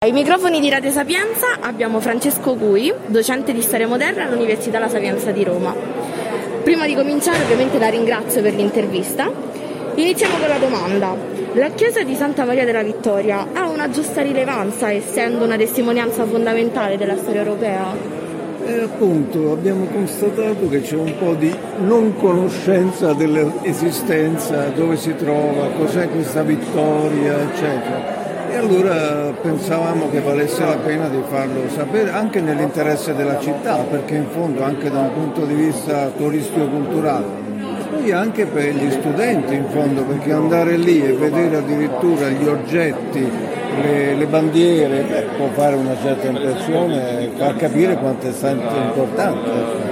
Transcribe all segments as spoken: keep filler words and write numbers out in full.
Ai microfoni di Radio Sapienza abbiamo Francesco Cui, docente di storia moderna all'Università La Sapienza di Roma. Prima di cominciare ovviamente la ringrazio per l'intervista. Iniziamo con la domanda. La chiesa di Santa Maria della Vittoria ha una giusta rilevanza essendo una testimonianza fondamentale della storia europea? E appunto abbiamo constatato che c'è un po' di non conoscenza dell'esistenza, dove si trova, cos'è questa vittoria, eccetera. E allora pensavamo che valesse la pena di farlo sapere anche nell'interesse della città, perché in fondo anche da un punto di vista turistico-culturale, e poi anche per gli studenti in fondo, perché andare lì e vedere addirittura gli oggetti, le, le bandiere, beh, può fare una certa impressione, far capire quanto è stato importante.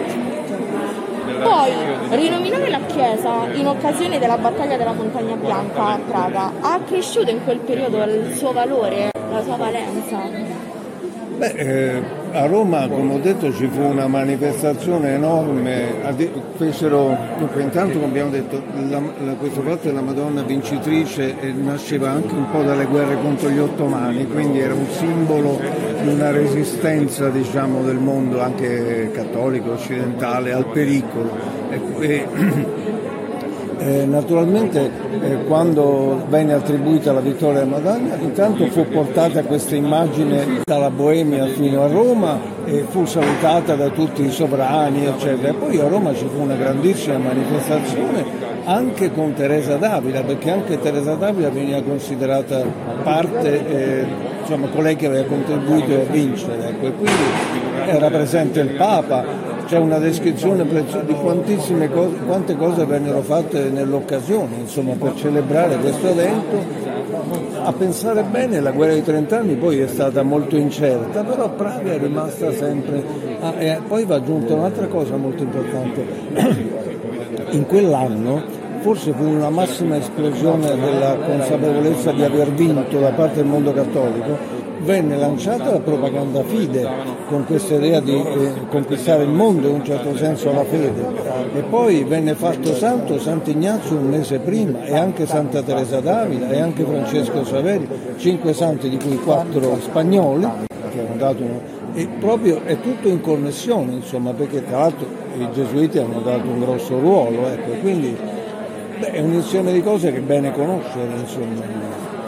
Poi, rinominare la chiesa in occasione della battaglia della Montagna Bianca a Praga ha accresciuto in quel periodo il suo valore, la sua valenza? Beh, eh, a Roma, come ho detto, ci fu una manifestazione enorme, fecero, dunque, intanto come abbiamo detto, la, la, questo fatto della Madonna vincitrice eh, nasceva anche un po' dalle guerre contro gli ottomani, quindi era un simbolo di una resistenza, diciamo, del mondo anche cattolico, occidentale, al pericolo. E, e, Eh, naturalmente eh, quando venne attribuita la vittoria della Madonna, intanto fu portata questa immagine dalla Boemia fino a Roma e fu salutata da tutti i sovrani, eccetera. E poi a Roma ci fu una grandissima manifestazione anche con Teresa d'Avila, perché anche Teresa d'Avila veniva considerata parte, eh, insomma, colei che aveva contribuito a vincere, ecco. E quindi era presente il Papa. C'è una descrizione di quantissime cose, quante cose vennero fatte nell'occasione, insomma, per celebrare questo evento. A pensare bene, la guerra dei trent'anni poi è stata molto incerta, però Praga è rimasta sempre. Ah, e poi va aggiunta un'altra cosa molto importante. In quell'anno forse fu una massima esplosione della consapevolezza di aver vinto da parte del mondo cattolico. Venne lanciata la propaganda fide con questa idea di eh, conquistare il mondo, in un certo senso la fede, e poi venne fatto santo Sant'Ignazio un mese prima, e anche Santa Teresa d'Avila e anche Francesco Saveri, cinque santi di cui quattro spagnoli, che hanno dato una, e proprio è tutto in connessione, insomma, perché tra l'altro i gesuiti hanno dato un grosso ruolo, ecco, quindi beh, è un insieme di cose che è bene conoscere, insomma.